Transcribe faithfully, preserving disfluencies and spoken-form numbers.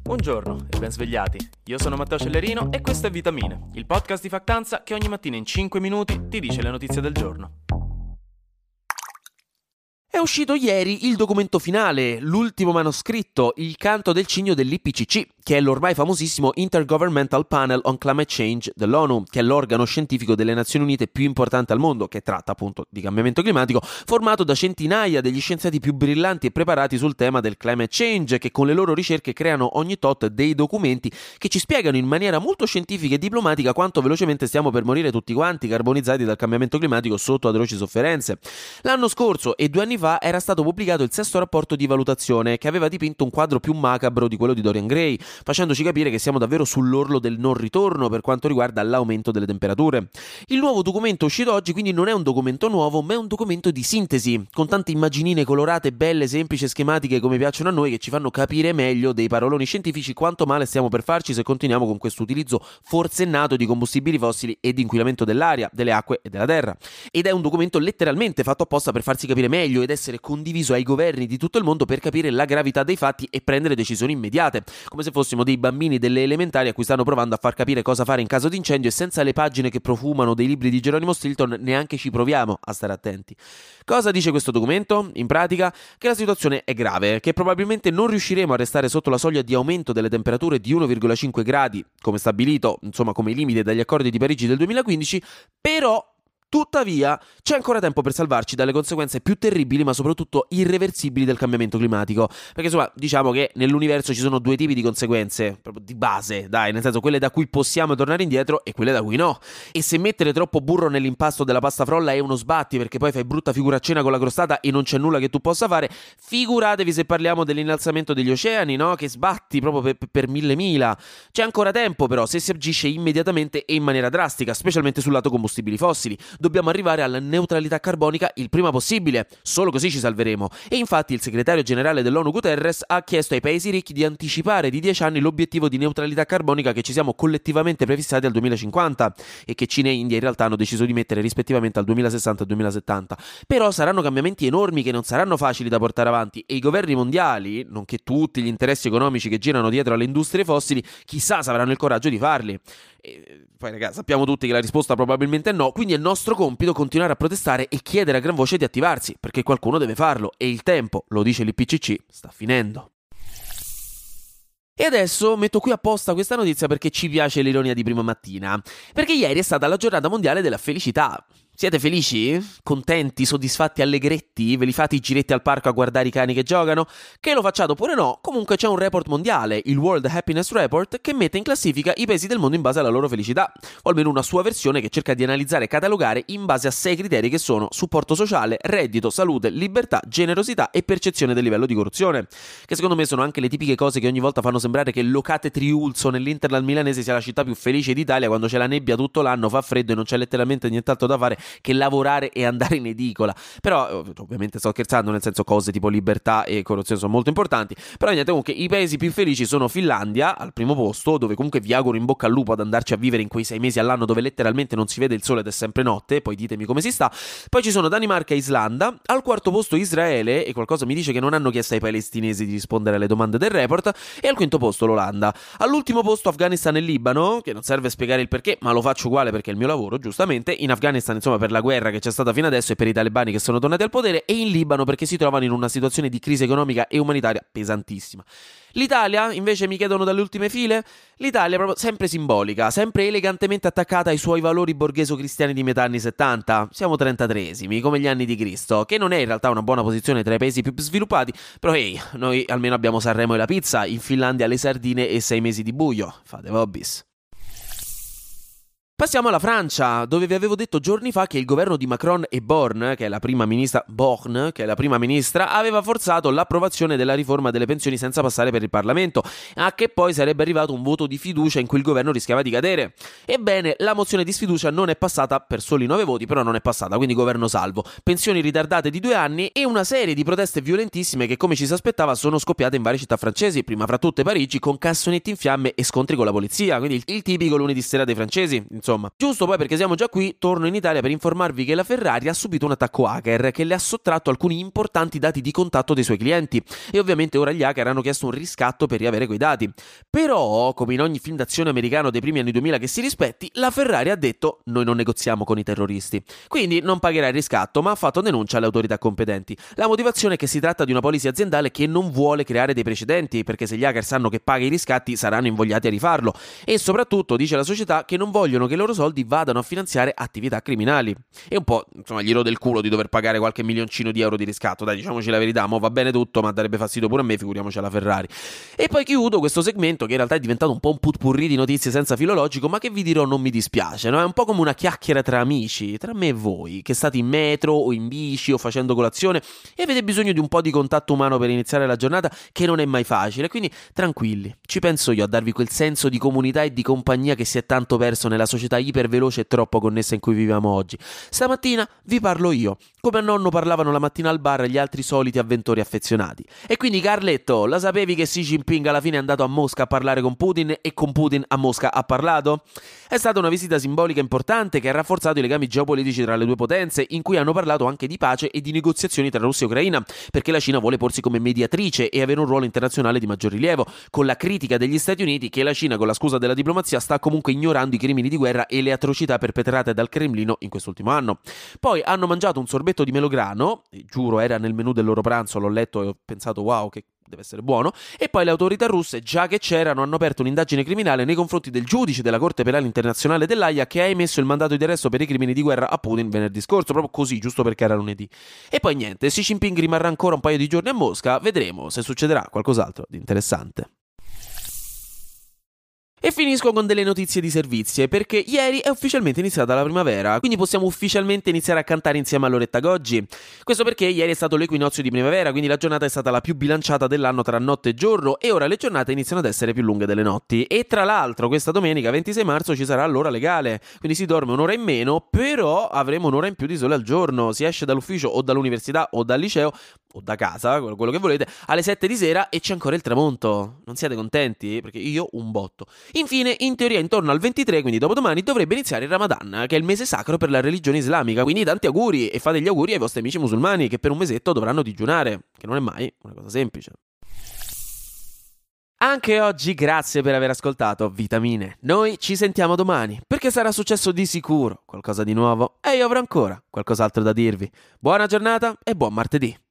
Buongiorno e ben svegliati. Io sono Matteo Cellerino e questo è Vitamine, il podcast di Factanza che ogni mattina in cinque minuti ti dice le notizie del giorno. È uscito ieri il documento finale, l'ultimo manoscritto, il canto del cigno dell'I P C C, che è l'ormai famosissimo Intergovernmental Panel on Climate Change dell'ONU, che è l'organo scientifico delle Nazioni Unite più importante al mondo, che tratta appunto di cambiamento climatico, formato da centinaia degli scienziati più brillanti e preparati sul tema del climate change, che con le loro ricerche creano ogni tot dei documenti che ci spiegano in maniera molto scientifica e diplomatica quanto velocemente stiamo per morire tutti quanti, carbonizzati dal cambiamento climatico sotto atroci sofferenze. L'anno scorso e due anni fa era stato pubblicato il sesto rapporto di valutazione, che aveva dipinto un quadro più macabro di quello di Dorian Gray, facendoci capire che siamo davvero sull'orlo del non ritorno per quanto riguarda l'aumento delle temperature. Il nuovo documento uscito oggi quindi non è un documento nuovo, ma è un documento di sintesi, con tante immaginine colorate, belle, semplici e schematiche come piacciono a noi, che ci fanno capire meglio dei paroloni scientifici quanto male stiamo per farci se continuiamo con questo utilizzo forsennato di combustibili fossili e di inquinamento dell'aria, delle acque e della terra. Ed è un documento letteralmente fatto apposta per farsi capire meglio ed essere condiviso ai governi di tutto il mondo per capire la gravità dei fatti e prendere decisioni immediate, come se fossimo dei bambini delle elementari a cui stanno provando a far capire cosa fare in caso di incendio e senza le pagine che profumano dei libri di Geronimo Stilton neanche ci proviamo a stare attenti. Cosa dice questo documento? In pratica che la situazione è grave, che probabilmente non riusciremo a restare sotto la soglia di aumento delle temperature di uno virgola cinque gradi, come stabilito, insomma come limite dagli accordi di Parigi del duemilaquindici, però tuttavia, c'è ancora tempo per salvarci dalle conseguenze più terribili ma soprattutto irreversibili del cambiamento climatico, perché insomma diciamo che nell'universo ci sono due tipi di conseguenze, proprio di base, dai, nel senso quelle da cui possiamo tornare indietro e quelle da cui no, e se mettere troppo burro nell'impasto della pasta frolla è uno sbatti perché poi fai brutta figura a cena con la crostata e non c'è nulla che tu possa fare, figuratevi se parliamo dell'innalzamento degli oceani, no? Che sbatti proprio per, per mille mila. C'è ancora tempo però se si agisce immediatamente e in maniera drastica, specialmente sul lato combustibili fossili. Dobbiamo arrivare alla neutralità carbonica il prima possibile, solo così ci salveremo. E infatti il segretario generale dell'ONU Guterres ha chiesto ai paesi ricchi di anticipare di dieci anni l'obiettivo di neutralità carbonica che ci siamo collettivamente prefissati al duemilacinquanta e che Cina e India in realtà hanno deciso di mettere rispettivamente al duemilasessanta e duemilasettanta. Però saranno cambiamenti enormi che non saranno facili da portare avanti e i governi mondiali, nonché tutti gli interessi economici che girano dietro alle industrie fossili, chissà se avranno il coraggio di farli. E poi ragazzi, sappiamo tutti che la risposta probabilmente è no, quindi è nostro compito continuare a protestare e chiedere a gran voce di attivarsi, perché qualcuno deve farlo e il tempo, lo dice l'I P C C, sta finendo. E adesso metto qui apposta questa notizia perché ci piace l'ironia di prima mattina, perché ieri è stata la giornata mondiale della felicità. Siete felici? Contenti? Soddisfatti? Allegretti? Ve li fate i giretti al parco a guardare i cani che giocano? Che lo facciate oppure no, comunque c'è un report mondiale, il World Happiness Report, che mette in classifica i paesi del mondo in base alla loro felicità, o almeno una sua versione che cerca di analizzare e catalogare in base a sei criteri che sono supporto sociale, reddito, salute, libertà, generosità e percezione del livello di corruzione, che secondo me sono anche le tipiche cose che ogni volta fanno sembrare che Locate Triulzo nell'Interland milanese sia la città più felice d'Italia quando c'è la nebbia tutto l'anno, fa freddo e non c'è letteralmente nient'altro da fare che lavorare e andare in edicola. Però ovviamente sto scherzando, nel senso cose tipo libertà e corruzione sono molto importanti, però niente, comunque i paesi più felici sono Finlandia al primo posto, dove comunque vi auguro in bocca al lupo ad andarci a vivere in quei sei mesi all'anno dove letteralmente non si vede il sole ed è sempre notte, poi ditemi come si sta. Poi ci sono Danimarca e Islanda, al quarto posto Israele, e qualcosa mi dice che non hanno chiesto ai palestinesi di rispondere alle domande del report, e al quinto posto l'Olanda. All'ultimo posto Afghanistan e Libano, che non serve spiegare il perché, ma lo faccio uguale perché è il mio lavoro, giustamente. In Afghanistan insomma per la guerra che c'è stata fino adesso e per i talebani che sono tornati al potere, e in Libano perché si trovano in una situazione di crisi economica e umanitaria pesantissima. L'Italia, invece, mi chiedono dalle ultime file, l'Italia è proprio sempre simbolica, sempre elegantemente attaccata ai suoi valori borgheso-cristiani di metà anni settanta. Siamo trentatreesimi, come gli anni di Cristo, che non è in realtà una buona posizione tra i paesi più sviluppati, però ehi, hey, noi almeno abbiamo Sanremo e la pizza, in Finlandia le sardine e sei mesi di buio. Fate vobis. Passiamo alla Francia, dove vi avevo detto giorni fa che il governo di Macron e Borne, che è la prima ministra, Borne, che è la prima ministra, aveva forzato l'approvazione della riforma delle pensioni senza passare per il Parlamento, a che poi sarebbe arrivato un voto di fiducia in cui il governo rischiava di cadere. Ebbene, la mozione di sfiducia non è passata per soli nove voti, però non è passata, quindi governo salvo. Pensioni ritardate di due anni e una serie di proteste violentissime che, come ci si aspettava, sono scoppiate in varie città francesi, prima fra tutte Parigi, con cassonetti in fiamme e scontri con la polizia, quindi il, il tipico lunedì sera dei francesi. insomma. Giusto poi, perché siamo già qui, torno in Italia per informarvi che la Ferrari ha subito un attacco hacker che le ha sottratto alcuni importanti dati di contatto dei suoi clienti e ovviamente ora gli hacker hanno chiesto un riscatto per riavere quei dati. Però, come in ogni film d'azione americano dei primi anni duemila che si rispetti, la Ferrari ha detto: noi non negoziamo con i terroristi. Quindi non pagherà il riscatto, ma ha fatto denuncia alle autorità competenti. La motivazione è che si tratta di una policy aziendale che non vuole creare dei precedenti, perché se gli hacker sanno che paga i riscatti saranno invogliati a rifarlo, e soprattutto dice la società che non vogliono che i loro soldi vadano a finanziare attività criminali. E un po', insomma, gli rode il culo di dover pagare qualche milioncino di euro di riscatto, dai, diciamoci la verità, mo va bene tutto, ma darebbe fastidio pure a me, figuriamoci alla Ferrari. E poi chiudo questo segmento che in realtà è diventato un po' un putpurri di notizie senza filo logico, ma che vi dirò non mi dispiace, no? È un po' come una chiacchiera tra amici, tra me e voi, che state in metro o in bici o facendo colazione e avete bisogno di un po' di contatto umano per iniziare la giornata, che non è mai facile, quindi tranquilli, ci penso io a darvi quel senso di comunità e di compagnia che si è tanto perso nella società iperveloce e troppo connessa in cui viviamo oggi. Stamattina vi parlo io, come a nonno parlavano la mattina al bar gli altri soliti avventori affezionati. E quindi Carletto, la sapevi che Xi Jinping alla fine è andato a Mosca a parlare con Putin e con Putin a Mosca ha parlato? È stata una visita simbolica importante che ha rafforzato i legami geopolitici tra le due potenze, in cui hanno parlato anche di pace e di negoziazioni tra Russia e Ucraina, perché la Cina vuole porsi come mediatrice e avere un ruolo internazionale di maggior rilievo, con la critica degli Stati Uniti che la Cina, con la scusa della diplomazia, sta comunque ignorando i crimini di guerra e le atrocità perpetrate dal Cremlino in quest'ultimo anno. Poi hanno mangiato un sorbetto di melograno, giuro era nel menù del loro pranzo, l'ho letto e ho pensato wow, che deve essere buono, e poi le autorità russe, già che c'erano, hanno aperto un'indagine criminale nei confronti del giudice della Corte Penale Internazionale dell'Aia che ha emesso il mandato di arresto per i crimini di guerra a Putin venerdì scorso, proprio così, giusto perché era lunedì. E poi niente, Xi Jinping rimarrà ancora un paio di giorni a Mosca, vedremo se succederà qualcos'altro di interessante. E finisco con delle notizie di servizie, perché ieri è ufficialmente iniziata la primavera, quindi possiamo ufficialmente iniziare a cantare insieme a Loretta Goggi. Questo perché ieri è stato l'equinozio di primavera, quindi la giornata è stata la più bilanciata dell'anno tra notte e giorno, e ora le giornate iniziano ad essere più lunghe delle notti. E tra l'altro questa domenica ventisei marzo ci sarà l'ora legale, quindi si dorme un'ora in meno, però avremo un'ora in più di sole al giorno. Si esce dall'ufficio o dall'università o dal liceo o da casa, quello che volete, alle sette di sera e c'è ancora il tramonto. Non siete contenti? Perché io un botto. Infine, in teoria intorno al ventitré, quindi dopodomani, dovrebbe iniziare il Ramadan, che è il mese sacro per la religione islamica. Quindi tanti auguri, e fate gli auguri ai vostri amici musulmani che per un mesetto dovranno digiunare, che non è mai una cosa semplice. Anche oggi grazie per aver ascoltato Vitamine. Noi ci sentiamo domani, perché sarà successo di sicuro qualcosa di nuovo e io avrò ancora qualcos'altro da dirvi. Buona giornata e buon martedì.